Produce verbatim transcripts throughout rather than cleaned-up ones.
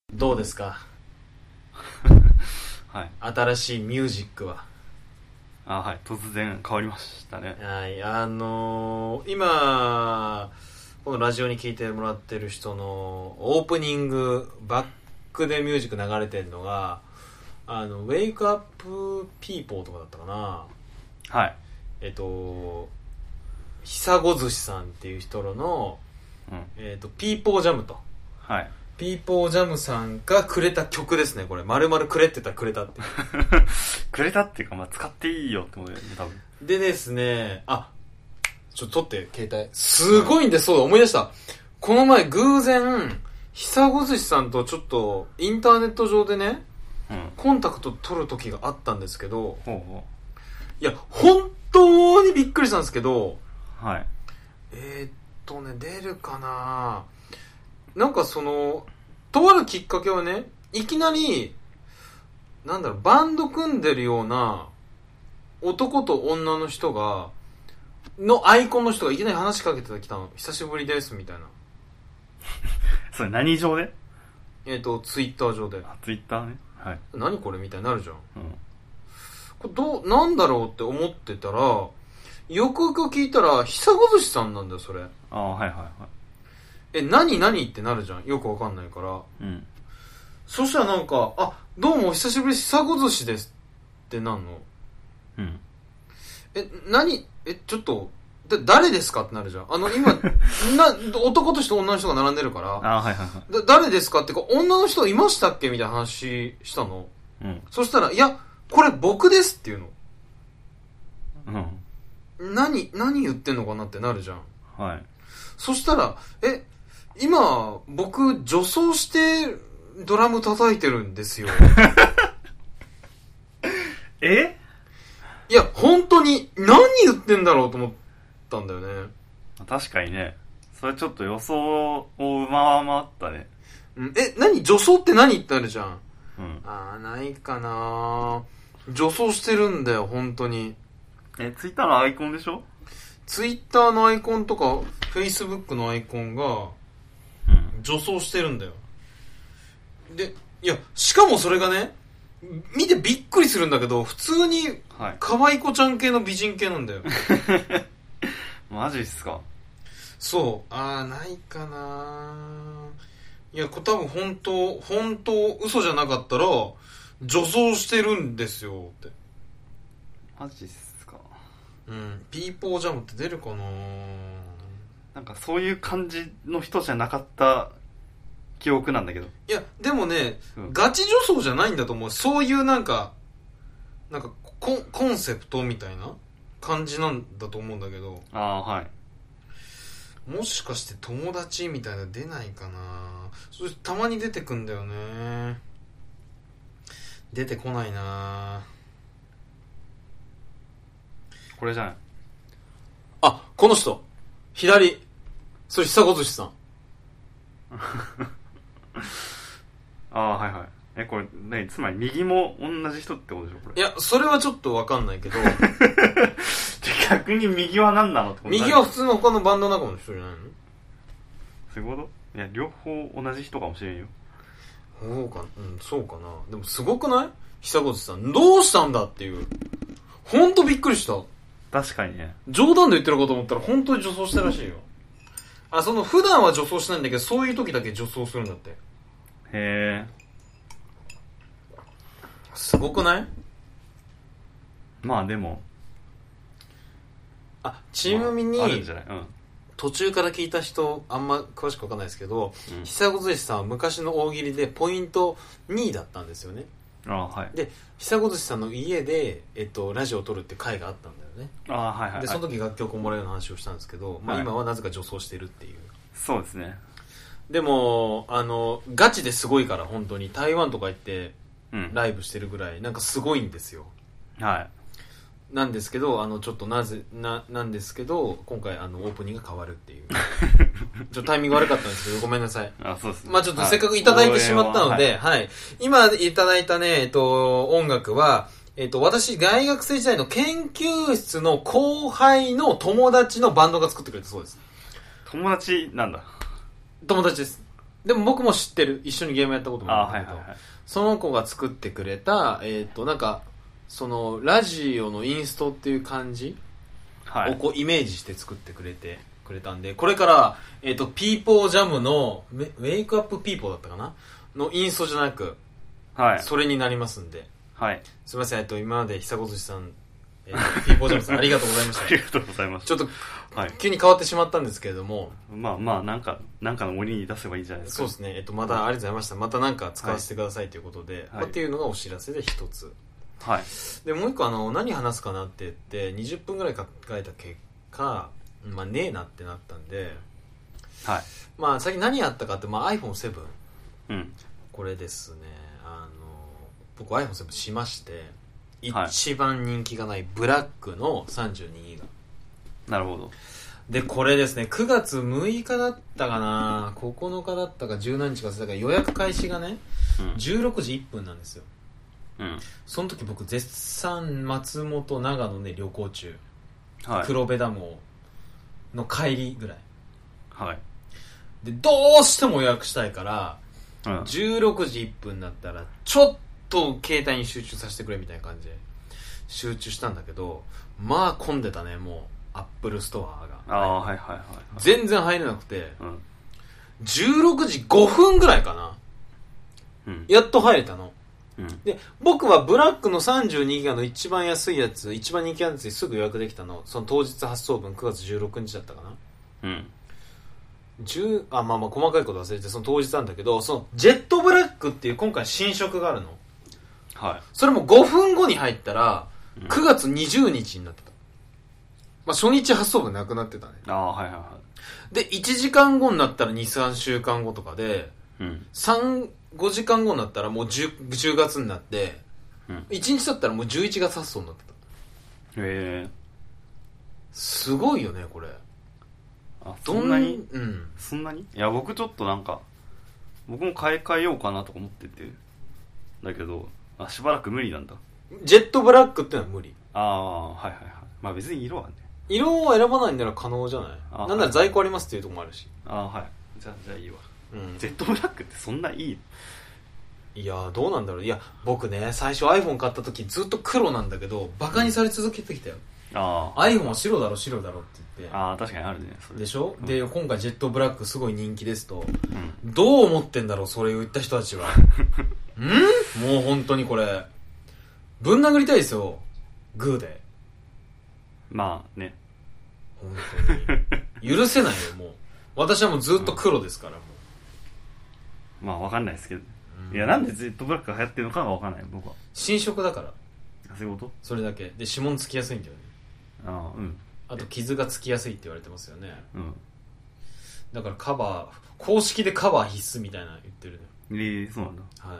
どうですかはい。 新しいミュージックは。 あ、はい。突然変わりましたね。 はい、あのー、今このラジオに聴いてもらってる人のオープニングバックでミュージック流れてるのがあのウェイクアップピーポーとかだったかな。 はい。 えっと久子寿司さんっていう人の、 うん。 えっとピーポージャムとはい。 ピーポージャムさんがくれた曲ですね。これ丸々くれって言ったらくれたってくれたっていうか、まあ、使っていいよってことだよね、多分。 でですね、あ、ちょっと撮って携帯すごいんで、そうだ思い出した。この前偶然久子寿司さんとちょっとインターネット上でねうん。 コンタクト取る時があったんですけど、 ほうほいや本当にびっくりしたんですけど、 う。はい。 えー、っとね出るかな。なんかそのとあるきっかけはね、いきなりなんだろうバンド組んでるような男と女の人がのアイコンの人がいきなり話しかけてきたの。久しぶりですみたいな。 それ何上で？ えっ、とツイッター上であ、ツイッターね。はい。 何これみたいになるじゃん。 うん。 これどうなんだろうって思ってたら、よくよく聞いたら久子寿司さんなんだよそれ。 あ、はいはいはえ何何ってなるじゃん、よくわかんないから。 い。うん。 そしたらなんか、あどうもお久しぶり久子寿司ですってなんの。 うん。 え何えちょっとだ誰ですかってなるじゃん。あの今な男として女の人が並んでるから、 あ、はいはいはだ誰ですかってか女の人いましたっけみたいな話したの。 い。うん。 そしたらいやこれ僕ですっていうの。 うん。 何何言ってんのかなってなるじゃん。 はい。 そしたらえ今僕女装してドラム叩いてるんですよえ？ いや本当に何言ってんだろうと思ったんだよね。 確かにね。それちょっと予想を上回ったね。 うんえ何女装って何ってあるじゃん。 うん。 あーないかな。女装してるんだよ本当に。 え、ツイッターのアイコンでしょ？ ツイッターのアイコンとかフェイスブックのアイコンがうん。 女装してるんだよ。でいやしかもそれがね見てびっくりするんだけど普通にはい。 可愛い子ちゃん系の美人系なんだよマジっすか？ そうあーないかな。いやこれ多分本当本当嘘じゃなかったら女装してるんですよって。 マジっすか？ うんピーポージャムって出るかな。 なんかそういう感じの人じゃなかった記憶なんだけど。 いやでもね、 うん。 ガチ女装じゃないんだと思う。そういうなんかなんかコンコンセプトみたいな感じなんだと思うんだけど、 ああ、はい。 もしかして友達みたいなの出ないかな。そしてたまに出てくんだよね。出てこないな。 これじゃない？ あこの人左それ久子寿司さん。 ああ、はいはい。え、これ、ね、つまり右も同じ人ってことでしょ、これ。 いやそれはちょっとわかんないけど逆に右は何なのってこと。 右は普通の他のバンド仲間の人じゃないの。 そういうこと？いや、両方同じ人かもしれんよ。 そうか、うん、そうかな。でもすごくない？久子寿司さんどうしたんだっていう。ほんとびっくりした。 確かにね。 冗談で言ってるかと思ったら本当に女装したらしいよ。あ、その普段は女装しないんだけどそういう時だけ女装するんだって。 へえ。 すごくない？ まあでも、 あ、ちなみに、 まあ、あるんじゃない？うん。 途中から聞いた人あんま詳しくわかんないですけど、 うん。 久子寿司さんは昔の大喜利でポイントにいだったんですよね。 ああ、はい。 で久子寿司さんの家で、えっと、ラジオを撮るって回があったんだよね。 ああ、はいはい、はい。 でその時楽曲をもらうような話をしたんですけど、まあ、 はい。 今はなぜか女装してるっていう。 そうですね。 でもあのガチですごいから本当に台湾とか行ってうん。 ライブしてるぐらいなんかすごいんですよ。 はい。 なんですけどあのちょっとなぜななんですけど今回あのオープニングが変わるっていうちょっとタイミング悪かったんですけどごめんなさい。 あ、そうですね。 まあちょっとせっかくいただいてしまったので、はい、はい、今いただいたね、えっと、音楽は、えっと、私大学生時代の研究室の後輩の友達のバンドが作ってくれたそうです。 友達なんだ。 友達です。 でも僕も知ってる。一緒にゲームやったこともあるんだけど、 あ、はいはいはい、 その子が作ってくれた、えっと、なんか、その、ラジオのインストっていう感じはい、 をこうイメージして作ってくれて、くれたんで、これから、えっと、ピーポージャムの、ウェイクアップピーポーだったかなのインストじゃなく、 はい、 それになりますんで、 はい。 すみません、えっと、今まで久子寿司さん、えー、ピーポージャムさんありがとうございました。 ありがとうございます。 ちょっと、 はい、 急に変わってしまったんですけれども、 まあまあ、なんか、なんかの森に出せばいいじゃないですか。 そうですね、えっと、また、ありがとうございました。またなんか使わせてくださいということで、 はいまあ、っていうのがお知らせで一つ。 はい。 で、もう一個、あの、何話すかなって言って、にじゅっぷんぐらい考えた結果、まあ、ねえなってなったんで、 はい。 まあ、先何やったかって、まあ、アイフォンセブン。 うん。 これですね、あの、僕 アイフォンセブン しまして、 はい、 一番人気がないブラックの さんじゅうにギガ。 なるほど。 で、これですね、くがつむいかだったかな、ここのかだったかじゅうなんにちか忘れたか予約開始がね、 うん、 じゅうろくじいっぷんなんですよ。 うん。 その時僕絶賛松本長野で旅行中、 はい、 黒部ダムの帰りぐらいはい。 で、どうしても予約したいから、 うん、 じゅうろくじいっぷんだったらちょっと携帯に集中させてくれみたいな感じで集中したんだけど、まあ混んでたね。もうアップルストアが、 ああ、はいはいはい、はい、 全然入れなくて、 うん、 じゅうろくじごふんぐらいかな、うん、やっと入れたの、うん、で僕はブラックの さんじゅうにギガ の一番安いやつ、一番人気のやつにすぐ予約できたの。その当日発送分くがつじゅうろくにちだったかな、うん、じゅうあまあまあ細かいこと忘れてその当日なんだけど、そのジェットブラックっていう今回新色があるの。はい。それもごふんごに入ったらくがつにじゅうにちになってた。まあ初日発送分なくなってたね。 ああ、はいはいはい。 でいちじかんごになったらに、さんしゅうかんごとかで、うん、さん、ごじかんごになったらもう 10, じゅうがつになって、うん、いちにちだったらもうじゅういちがつ発送になってた。へえ。すごいよねこれ。 あ、そんなに、うん、そんなに。いや僕ちょっとなんか僕も買い替えようかなとか思ってて、だけどあしばらく無理なんだ。 ジェットブラックってのは無理。 ああ、はいはいはい。まあ別に色はね、 色を選ばないんなら可能じゃない。なんなら在庫ありますっていうところもあるし。 ああ、はい。じゃあじゃあいいわ、うん、ジェットブラックってそんないい。 いやどうなんだろう。いや僕ね最初 iPhone 買った時ずっと黒なんだけどバカにされ続けてきたよ、うん、ああ iPhone は白だろ白だろって言って。 ああ確かにあるねそれでしょ、うん、で今回ジェットブラックすごい人気ですと、うん、どう思ってんだろうそれを言った人たちはんもう本当にこれぶん殴りたいですよグーで。 まあね本当に許せないよもう。私はもうずっと黒ですから、もうまあわかんないですけど、うん、いやなんでジェットブラックが流行ってるのかがわかんない僕は。 新色だから。 そういうこと。 それだけで指紋つきやすいんだよね。 ああ、うん。 あと傷がつきやすいって言われてますよね。うん。だからカバー公式でカバー必須みたいな言ってるね。 えー、そうなんだ。 はい。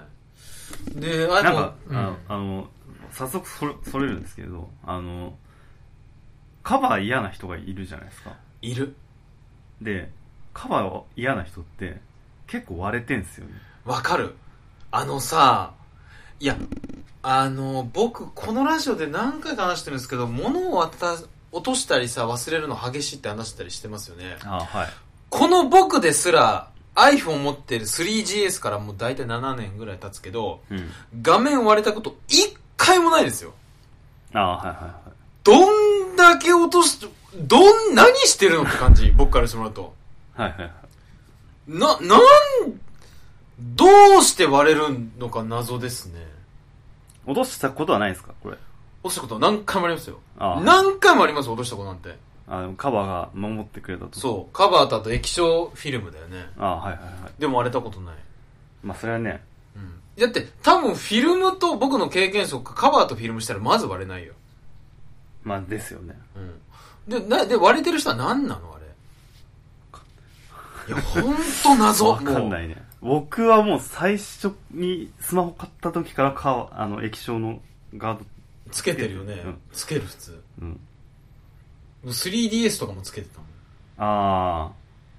でなんか、うん、ああの早速それそれるんですけど、あのカバー嫌な人がいるじゃないですか。 いる。 でカバー嫌な人って結構割れてんすよね。 わかる。あのさ、いやあの僕このラジオで何回か話してるんですけど、物を落としたりさ忘れるの激しいって話したりしてますよね。 あ、はい。この僕ですら iPhone 持ってる スリージーエス からもう大体ななねんぐらい経つけど、うん、画面割れたこと一回もないですよ。 ああ、はいはいはい。 どんだけ落としどん何してるのって感じ僕からしてもらうと。 はいはいはい。 な、なんどうして割れるのか謎ですね。 落としたことはないですかこれ。 落としたことは何回もありますよ。 ああ、 何回もあります落としたことなんて。 あ、カバーが守ってくれたと。 そうカバーとあと液晶フィルムだよね。 ああ、はいはいはい。 でも割れたことない。 まあそれはね、 うん、だって多分フィルムと僕の経験則かカバーとフィルムしたらまず割れないよ。 まあですよね。 うん。で、なで割れてる人は何なのあれ。いやほんと謎。 わかんないね。僕はもう最初にスマホ買った時からかあの液晶のガードつけてるよね、うん、つける普通、うん、スリーディーエス とかもつけてたもん。 ああ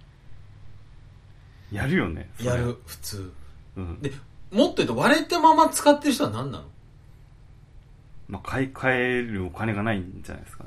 やるよねやる普通、うん、でもっと言うと割れたまま使ってる人は何なの。 まあ買い替えるお金がないんじゃないですか。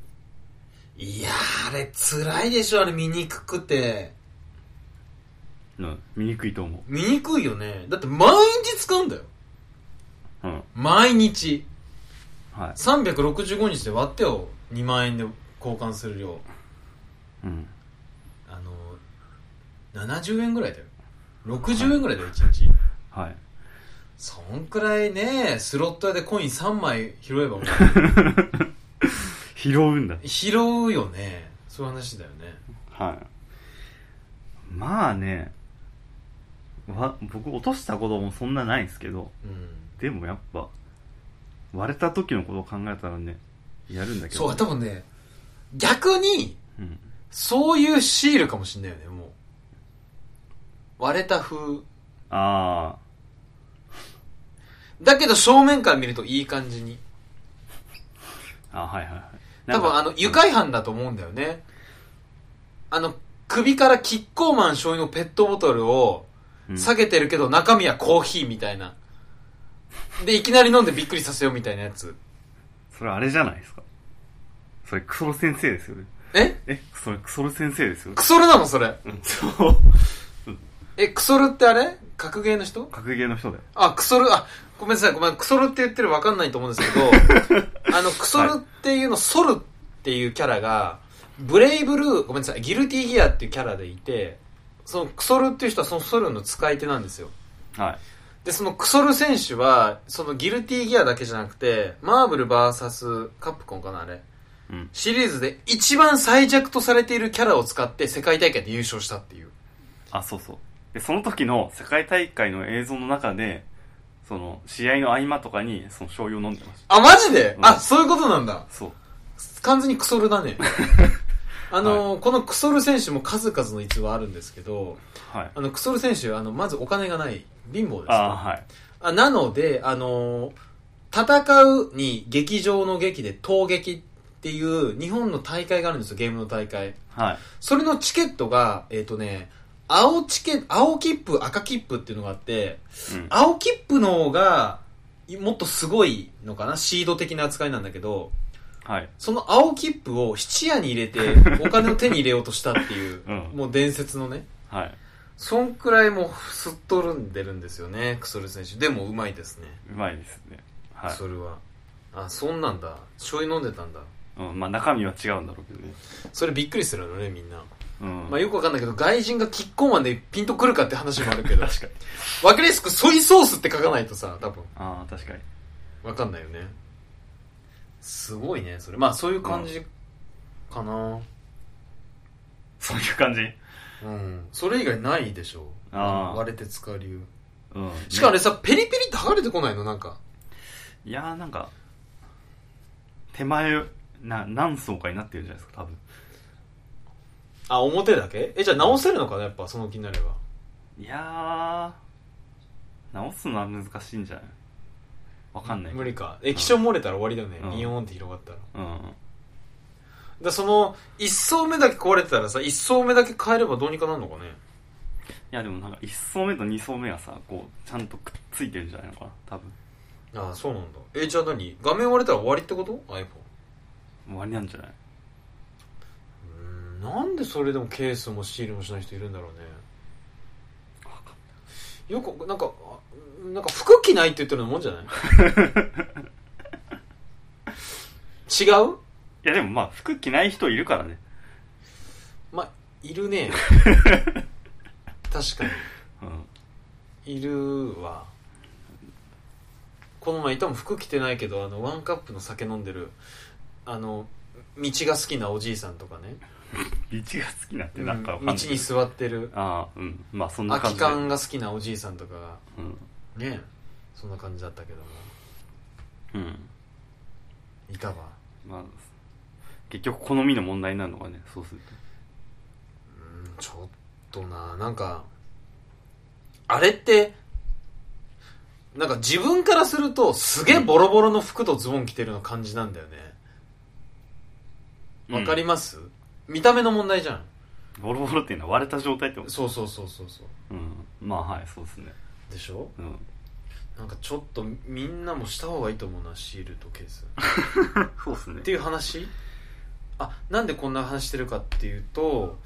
いやーあれ辛いでしょあれ見にくくて。 うん、見にくいと思う。 見にくいよね。だって毎日使うんだよ。 うん。 毎日。 はい。 さんびゃくろくじゅうごにちで割ってよ。にまんえんで交換する量。 うん。 あの、ななじゅうえんぐらいだよ。ろくじゅうえんぐらいだよ、いちにち。 はい。 そんくらいね、スロット屋でコインさんまい拾えばもう。 拾うんだ。 拾うよね。そういう話だよね。 はい。まあね、わ僕落としたこともそんなないんですけど、うん、でもやっぱ割れた時のことを考えたらね、やるんだけど、 そう多分ね、逆に、うん、そういうシールかもしんないよね。もう割れた風。 ああ。 だけど正面から見るといい感じに。 あ、はいはいはい。 多分あの愉快犯だと思うんだよね。あの首からキッコーマン醤油のペットボトルを下げてるけど中身はコーヒーみたいな。でいきなり飲んでびっくりさせようみたいなやつ。 それあれじゃないですか。それクソル先生ですよね。 ええそれクソル先生ですよね。 クソルなのそれ。 うん、そう。 え、クソルってあれ格ゲーの人？ 格ゲーの人だよ。 あ、クソル、あ、ごめんなさい、ごめん、クソルって言ってるわかんないと思うんですけど、あの、クソルっていうの、はい、ソルっていうキャラが、ブレイブルー、ごめんなさい、ギルティギアっていうキャラでいて、そのクソルっていう人はそのソルの使い手なんですよ。 はい。 で、そのクソル選手は、そのギルティギアだけじゃなくて、マーブル ブイエス カプコンかな、あれ。うん。シリーズで一番最弱とされているキャラを使って世界大会で優勝したっていう。 あ、そうそう。でその時の世界大会の映像の中で、その試合の合間とかにその醤油を飲んでました。 あ、マジで、うん、あ、そういうことなんだ。 そう。 完全にクソルだね。あの、はい、このクソル選手も数々の逸話あるんですけど、はい、あのクソル選手、あのまずお金がない貧乏です。 あ、はい。 あ、なので、あの戦うに劇場の劇で闘劇っていう日本の大会があるんですよ、ゲームの大会。 はい。 それのチケットがえっとね。青チケ、青切符、赤切符っていうのがあって、うん、青切符の方が、もっとすごいのかな、シード的な扱いなんだけど、 はい、 その青切符を質屋に入れて、お金を手に入れようとしたっていう、うん、もう伝説のね。 はい。 そんくらいもうすっとるんでるんですよね、クソル選手。でもうまいですね。 うまいですね。はい。 クソルは。あ、そんなんだ。醤油飲んでたんだ。 うん、まあ中身は違うんだろうけどね。 それびっくりするのね、みんな。 うん、 まあよくわかんないけど、外人がキッコーマンでピンとくるかって話もあるけど。 確かに。 わかりやすくソイソースって書かないとさ、多分。 ああ、確かに。 わかんないよね。すごいね、それ。まあそういう感じかな。うん、 そういう感じ。 うん。それ以外ないでしょ。 ああ。 割れて使う理由。 うん。 しかもあれさ、ペリペリって剥がれてこないのなんか。 いやーなんか、手前、な、何層かになってるじゃないですか、多分。 あ、表だけ？え、じゃあ直せるのかな、やっぱその気になれば。 いやー、直すのは難しいんじゃない？わかんない。 無理か。液晶漏れたら終わりだよね。ビ、うん、ヨーンって広がったら。 うん。 だその、一層目だけ壊れてたらさ、一層目だけ変えればどうにかなるのかね。 いやでもなんか一層目と二層目がさ、こう、ちゃんとくっついてるんじゃないのかな、多分。 ああ、そうなんだ。え、じゃあ何？画面割れたら終わりってこと？ iPhone。 終わりなんじゃない？ なんでそれでもケースもシールもしない人いるんだろうね。よくなんかなんか服着ないって言ってるのもんじゃない違う？ いやでもまあ服着ない人いるからね。 まあいるね確かに、うん、いるわ。この前いたもん、服着てないけどあのワンカップの酒飲んでるあの道が好きなおじいさんとかね道が好きなってなんかわかんない、 うん、道に座ってる、 ああ、うん、まあそんな感じで空き缶が好きなおじいさんとかが、 うん、 ねえそんな感じだったけども、うん、いたわ。 まあ結局好みの問題になるのがね、そうすると、 うん、ちょっとな、なんかあれってなんか自分からするとすげえボロボロの服とズボン着てるの感じなんだよね。わ、うん、かります？見た目の問題じゃん。 ボロボロっていうのは割れた状態ってこと？ そうそうそうそうそう。 うん、まあはい、そうですね。 でしょ？ うん。 なんかちょっとみんなもした方がいいと思うな、シールとケース。 そうっすね。 っていう話？あ、なんでこんな話してるかっていうと、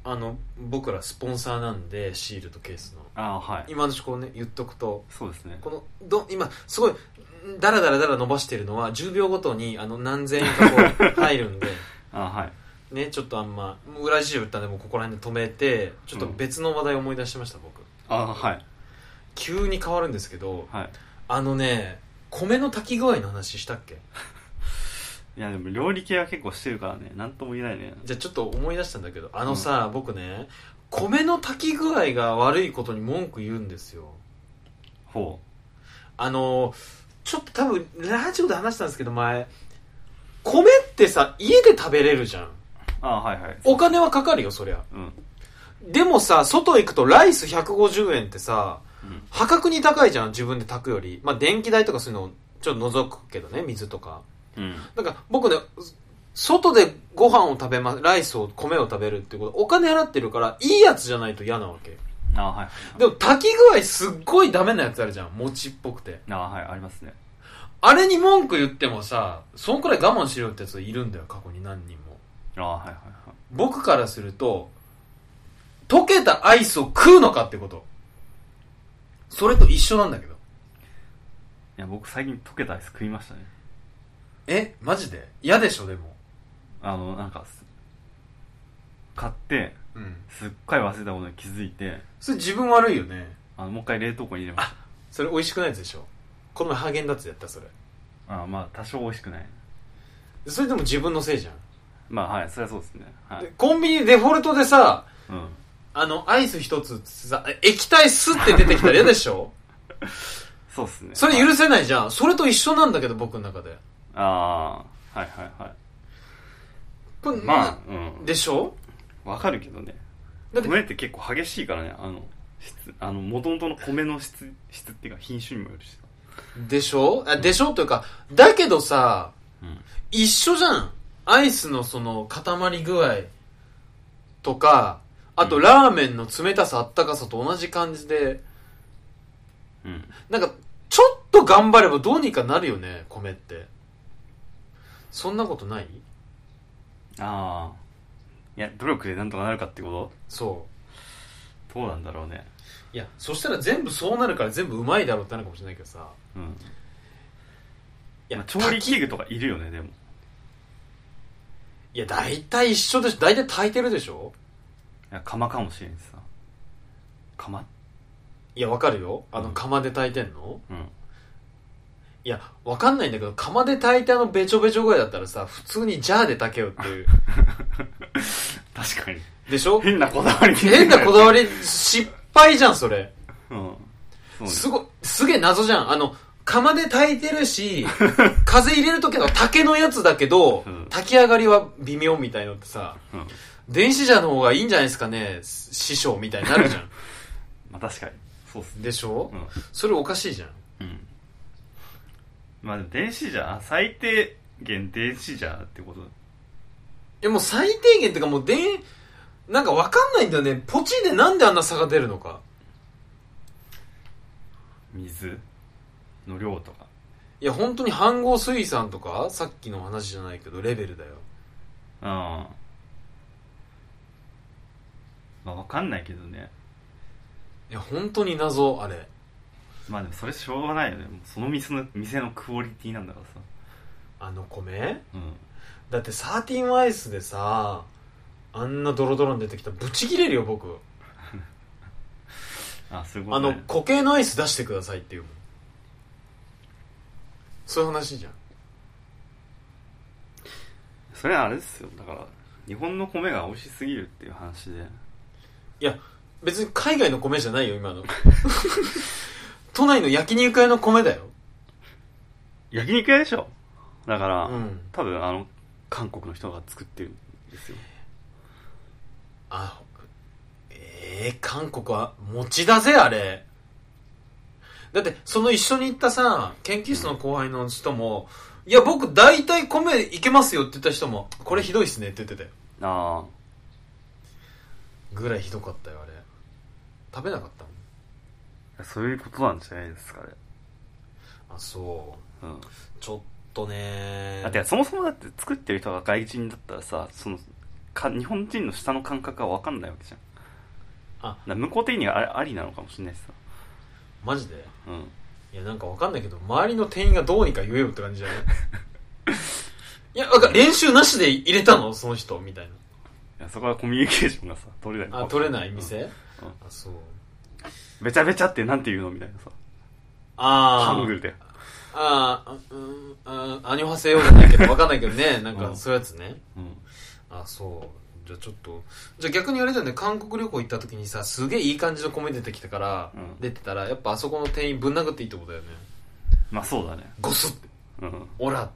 あの僕らスポンサーなんでシールとケースのあ、はい、 今のところね言っとくとそうですね、 このど今すごいダラダラダラ伸ばしてるのはじゅうびょうごとにあの何千円かこう入るんであ、はいね、ちょっとあんま裏事情言ったんでもうここら辺で止めてちょっと別の話題を思い出しました、うん、僕あ、はい、 急に変わるんですけど、 はい、 あのね米の炊き具合の話したっけ？ いやでも料理系は結構してるからねなんとも言えないね。 じゃあちょっと思い出したんだけどあのさ、うん、僕ね米の炊き具合が悪いことに文句言うんですよ。 ほう。 あのちょっと多分ラジオで話したんですけど前米ってさ家で食べれるじゃん。 あ、はいはい。 お金はかかるよそりゃ、 うん、 でもさ外行くとライスひゃくごじゅうえんってさ、 うん、 破格に高いじゃん自分で炊くより。まあ電気代とかそういうのちょっと除くけどね水とか、 うん、 だから僕ね外でご飯を食べますライスを米を食べるっていうことお金払ってるからいいやつじゃないと嫌なわけ。 あ、はい、 でも炊き具合すっごいダメなやつあるじゃん餅っぽくて。 あ、はい、ありますね。 あれに文句言ってもさそんくらい我慢しろよってやついるんだよ過去に何人も。 あ、はいはいはい。 僕からすると溶けたアイスを食うのかってことそれと一緒なんだけど。いや僕最近溶けたアイス食いましたね。 えマジで嫌でしょ？でもあのなんか買って、 うん、 すっかり忘れたことに気づいてそれ自分悪いよね。 あのもう一回冷凍庫に入れました。あそれ美味しくないやつでしょ。この前ハーゲンダッツやったそれ。 あまあ多少美味しくない。 それでも自分のせいじゃん。 まあはいそれはそうですね、はい、 でコンビニデフォルトでさ、 うん、 あのアイス一つさ液体スッて出てきたら嫌でしょそうっすね。 それ許せないじゃん、はい、それと一緒なんだけど僕の中で。 ああはいはいはい。 これまあうんでしょ。 わかるけどね。米って結構激しいからね。あの質あの元々の米の質質っていうか品種にもよるしでしょ、あでしょというかだけどさ、 うん、 一緒じゃん。アイスのその固まり具合とかあとラーメンの冷たさあったかさと同じ感じで、 うん、 なんかちょっと頑張ればどうにかなるよね米って。そんなことない？ ああいや努力でなんとかなるかってこと。 そうどうなんだろうね。 いやそしたら全部そうなるから全部うまいだろうってなるかもしれないけどさ、 うん、いや、 まあ、調理器具とかいるよねでも。 いや大体一緒でしょ。大体炊いてるでしょ。 いや釜かもしれんしさ。釜いやわかるよあの釜で炊いてんの、 うん、 いやわかんないんだけど釜で炊いてあのべちょべちょぐらいだったらさ普通にジャーで炊けよっていう確かにでしょ。 変なこだわり変なこだわり失敗じゃんそれ、 うん、そうすごいすげえ謎じゃん。あの釜で炊いてるし風入れるときは竹のやつだけど、うん、炊き上がりは微妙みたいのってさ、うん、電子車の方がいいんじゃないですかね師匠みたいになるじゃんまあ確かにそうっすね。でしょ、うん、それおかしいじゃん。 うんまあでも電子じゃ最低限電子じゃってこと。いやもう最低限ってかもう電なんかわかんないんだよねポチでなんであんな差が出るのか。 水の量とか。 いや本当に飯合水産とかさっきの話じゃないけどレベルだよ。 ああまあわかんないけどね。 いや本当に謎あれ。 まあでもそれしょうがないよね。その店の店のクオリティなんだからさ。 あの米、 うん、 だってサーティンアイスでさあんなドロドロに出てきたらブチ切れるよ僕あそういうことね。 あの固形のアイス出してくださいっていうもん。そういう話じゃん。 それはあれですよ。だから日本の米が美味しすぎるっていう話で。 いや別に海外の米じゃないよ今の都内の焼肉屋の米だよ。 焼肉屋でしょ。だから、 うん、 多分あの韓国の人が作ってるんですよ。 あえー、韓国は餅だぜあれ。だってその一緒に行ったさ研究室の後輩の人も、うん、いや僕大体米いけますよって言った人もこれひどいっすねって言ってたよ。ああぐらいひどかったよあれ。食べなかったもん。 そういうことなんじゃないですかね。 あそう、うん、ちょっとねだってそもそもだって作ってる人が外人だったらさそのか日本人の舌の感覚は分かんないわけじゃん。 あ、 だ向こう的には あ, ありなのかもしれないしさ。 マジで。 うん。 いやなんか分かんないけど周りの店員がどうにか言えよって感じじゃないいやなんか練習なしで入れたのその人みたいな。 いやそこはコミュニケーションがさ取れない。 あ、取れない店、うんうん、あ、そう。 べちゃべちゃってなんて言うのみたいなさ。 あハングルで。 ああ、うん、あ、アニョハセヨじゃないけど、わかんないけどね、なんかそういうやつね。 うん。 あ、そう。じゃあちょっと、じゃあ逆にあれだよね、韓国旅行行った時にさ、すげえいい感じの米出てきたから、うん、出てたら、やっぱあそこの店員ぶん殴っていいってことだよね。 まあそうだね。 ゴスって。うん。オラって。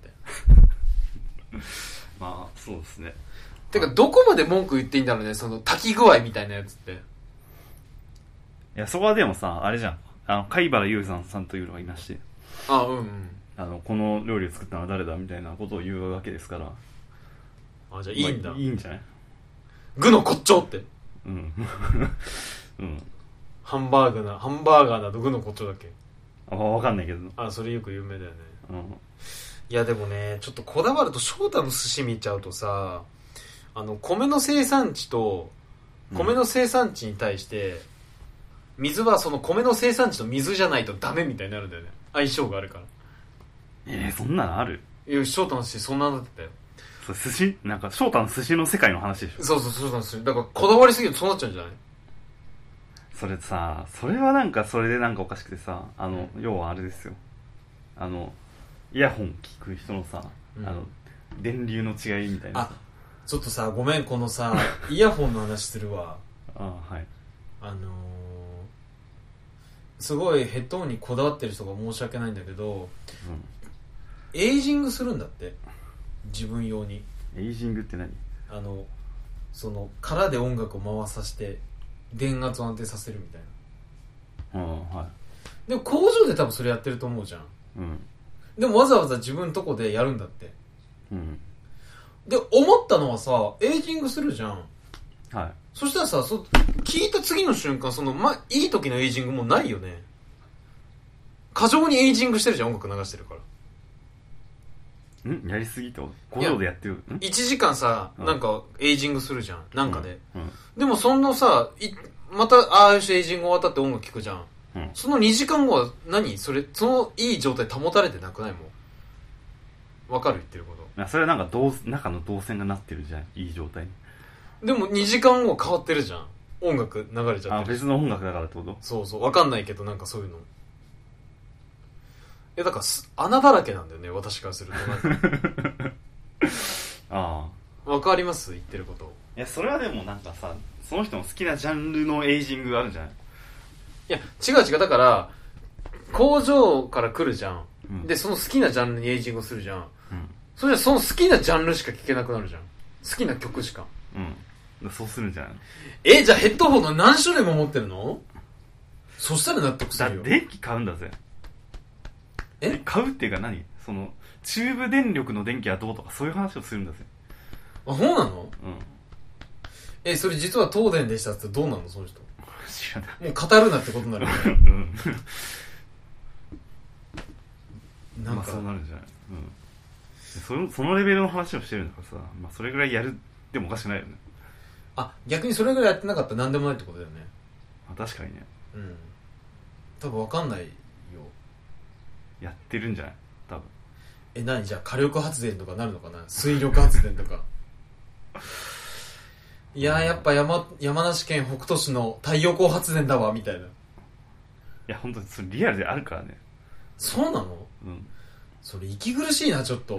まあ、そうですね。 てか、どこまで文句言っていいんだろうね、その炊き具合みたいなやつって。 いや、そこはでもさ、あれじゃん。あの、貝原雄山さんというのがいまして。 あ、うんうん。 あの、この料理を作ったのは誰だみたいなことを言うわけですから。 あ、じゃあいいんだ。 まあ、いいんじゃない？ 具の骨頂って。 うん。うん。 ハンバーグな、ハンバーガーなど具の骨頂だっけ？ あ、わかんないけど。 あ、それよく有名だよね。 うん。 いやでもね、ちょっとこだわると翔太の寿司見ちゃうとさ、あの、米の生産地と、米の生産地に対して、うん水はその米の生産地の水じゃないとダメみたいになるんだよね。相性があるから。 えー、そんなのある？ いや、翔太の寿司そんなになってたよ。 そう、寿司なんか翔太の寿司の世界の話でしょ。 そうそう、翔太の寿司。だからこだわりすぎるとそうなっちゃうんじゃない？ それさ、それはなんかそれでなんかおかしくてさ、あの、要はあれですよ。あの、イヤホン聞く人のさ、うん、あの、電流の違いみたいな。 あ、ちょっとさ、ごめん、このさ、イヤホンの話するわ。 あ、はい。 あのー、すごいヘッドホンにこだわってる人が申し訳ないんだけど、うん、エイジングするんだって自分用に。 エイジングって何？ あのその殻で音楽を回させて電圧を安定させるみたいな。 ああ、はい。 でも工場で多分それやってると思うじゃん。うん。でもわざわざ自分のとこでやるんだって。うん。で思ったのはさ、エイジングするじゃん。はい。そしたらさ、そ聞いた次の瞬間、その、ま、いい時のエイジングもうないよね。過剰にエイジングしてるじゃん、音楽流してるから。 んやりすぎと工場でやってる。んいちじかんさ、なんか、エイジングするじゃん。なんかで。うんうん、でも、そのさ、いまた、ああ、よし、エイジング終わったって音楽聴くじゃん。うん、そのにじかんごは何それ、そのいい状態保たれてなくないもん。わかる言ってること。 それはなんか、どう中の動線がなってるじゃん。いい状態に。 でもにじかんご変わってるじゃん。音楽流れちゃってる。 あ、別の音楽だからってこと？ そうそう。わかんないけど、なんかそういうの。え、だから穴だらけなんだよね、私からすると。ああ。わかります言ってること。 いや、それはでもなんかさ、その人の好きなジャンルのエイジングがあるんじゃない？ いや、違う違う。だから、工場から来るじゃん。うん、で、その好きなジャンルにエイジングするじゃん。うん、それじゃその好きなジャンルしか聴けなくなるじゃん。好きな曲しか。 うん。そうするんじゃないの？ え、じゃあヘッドホンの何種類も持ってるの？そしたら納得するよ。 だ電気買うんだぜ。え？買うっていうか何？その、中部電力の電気はどうとかそういう話をするんだぜ。 あ、そうなの？うん。え、それ実は東電でしたってどうなのその人？ 知らない。 もう語るなってことになるよね。 うん。なんか、まあそうなるんじゃない？うん。その、そのレベルの話をしてるんだからさ、まあそれぐらいやるでもおかしくないよね。 あ、逆にそれぐらいやってなかったら何でもないってことだよね。 あ、確かにね。 うん。多分わかんないよ。 やってるんじゃない？多分。 え、何じゃあ火力発電とかなるのかな？水力発電とか。いやーやっぱ山、山梨県北杜市の太陽光発電だわ、みたいな。いや、本当にそれリアルであるからね。 そうなの？うん。それ息苦しいな、ちょっと。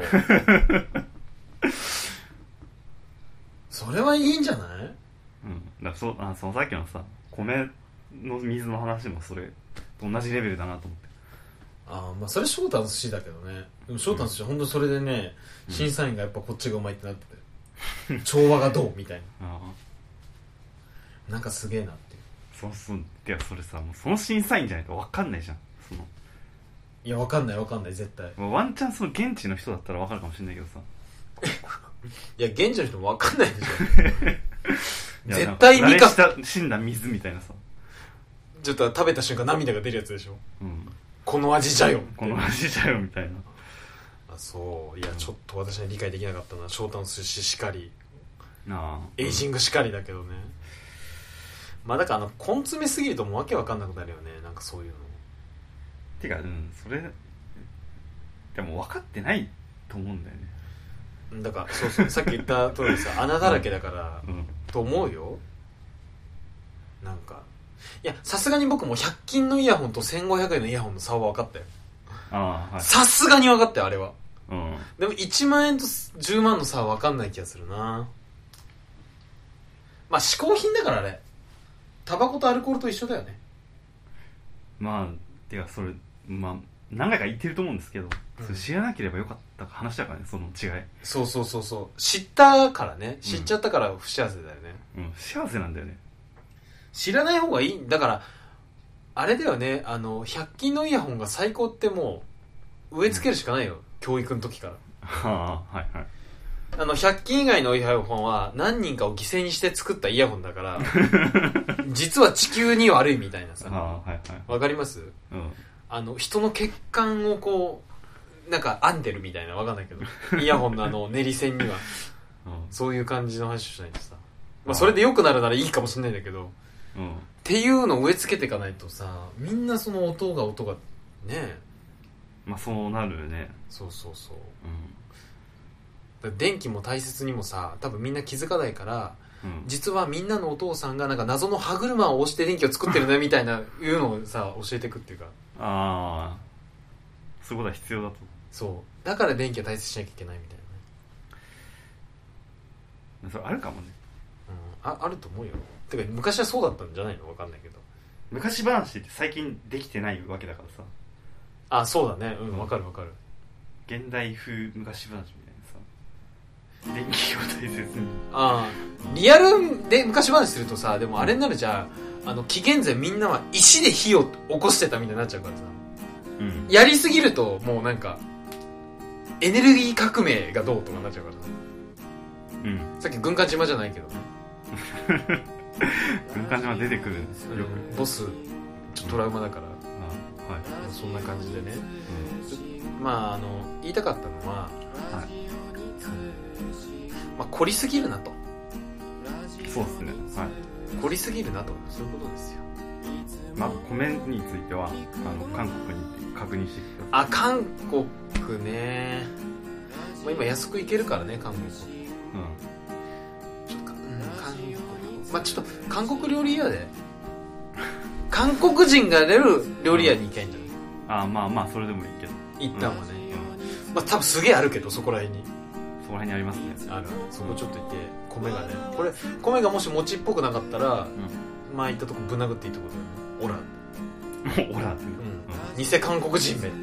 それはいいんじゃない？うん。 だからそ、あ、そのさっきのさ、米の水の話もそれと同じレベルだなと思って。 ああ、まあそれ翔太の寿司だけどね。でも翔太の寿司は本当にそれでね、うん、審査員がやっぱこっちがうまいってなってて、調和がどうみたいな。ああ。なんかすげえなっていう。 そうそう。いや、それさ、もうその審査員じゃないと分かんないじゃん。その。 いや、分かんない分かんない、絶対。 ワンチャンその現地の人だったら分かるかもしれないけどさ。 いや、現地の人も分かんないでしょ。絶対にか死んだ水みたいなさ。 ちょっと食べた瞬間涙が出るやつでしょ。うん。この味じゃよ。 この味じゃよみたいな。 あ、そう。いや、ちょっと私は理解できなかったな。翔太の寿司しかり。 あエイジングしかりだけどね、まあだからあの根詰めすぎるともうわけわかんなくなるよね、なんかそういうの。 てかうんそれでも分かってないと思うんだよね。 だからそうそうさっき言った通りさ穴だらけだから、うん、と思うよ。なんかいやさすがに僕もひゃく均のイヤホンとせんごひゃくえんのイヤホンの差は分かったよ。さすがに分かったよあれは、うん、でもいちまんえんとじゅうまんの差は分かんない気がするな。まあ嗜好品だからあれタバコとアルコールと一緒だよね。 まあてかそれまあ何回か言ってると思うんですけど、うん、それ知らなければよかった話だからね、その違い。 そうそうそうそう、知ったからね、知っちゃったから不幸せだよね。 うん、うん、不幸せなんだよね。 知らない方がいい。だからあれだよね、あのひゃく均のイヤホンが最高ってもう植え付けるしかないよ、うん、教育の時から。 はあ、はいはい。 あのひゃく均以外のイヤホンは何人かを犠牲にして作ったイヤホンだから実は地球に悪いみたいなさ。わ、 はいはい、 かります、うん、あの人の血管をこうなんか編んでるみたいな、わかんないけどイヤホンのあの練り線には、うん、そういう感じの話をしないとさ、まあ、それで良くなるならいいかもしれないんだけど、うん、っていうのを植え付けていかないとさ、みんなその音が音がね、 まあそうなるよね。 そうそうそう、うん、電気も大切にもさ多分みんな気づかないから、うん、実はみんなのお父さんがなんか謎の歯車を押して電気を作ってるねみたいないうのをさ教えていくっていうか、 ああそういうことは必要だと。 そうだから電気は大切にしなきゃいけないみたいなね。それあるかもね、 うん、あ, あると思うよ。てか昔はそうだったんじゃないの、分かんないけど。 昔話って最近できてないわけだからさ。 あ、そうだね、うん、分かる分かる。 現代風昔話みたいなさ、電気を大切に。 ああリアルで昔話するとさ、でもあれになるじゃん、あの紀元前みんなは石で火を起こしてたみたいになっちゃうからさ、うん、やりすぎるともうなんかエネルギー革命がどうとかになっちゃうからさ、うん、さっき軍艦島じゃないけどね軍艦島出てくるんですよ、よくボスちょっとトラウマだから、うん、あ、はい、そんな感じでね、うん、まああの言いたかったのは、はい、まあ、凝りすぎるなと。 そうですね、はい、 凝りすぎるなと、そういうことですよ。 まあ米についてはあの韓国に確認してきてください。あ、韓国ね、まあ、今安く行けるからね韓国。うん、ちょっと、うん、韓国、まあちょっと韓国料理屋で韓国人が出る料理屋に行きゃいいんじゃない、 うん、あ、まあまあそれでもいいけど一旦はね、うん、まあ多分すげえあるけどそこら辺にそこら辺にありますね。 ある、そこちょっと行って米がね、これ米がもし餅っぽくなかったら、うん、前行ったとこぶん殴っていいってことだよね。 オラオラって、 うん、偽韓国人めって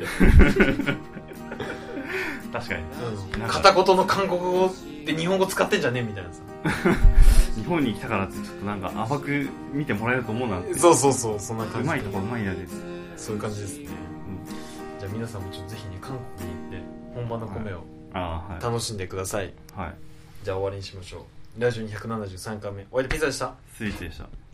確かに、 うん、片言の韓国語で日本語使ってんじゃねえみたいなさ日本に来たからってちょっとなんか甘く見てもらえると思うなって。 そうそうそう、そんな感じ。 うまいとこうまいやです。 そういう感じですね、うん、じゃあ皆さんもちょっとぜひね韓国に行って本場の米を楽しんでください。はい、じゃあ終わりにしましょう。ラジオにひゃくななじゅうさんかいめ、お相手ピザでした。 スイーツでした。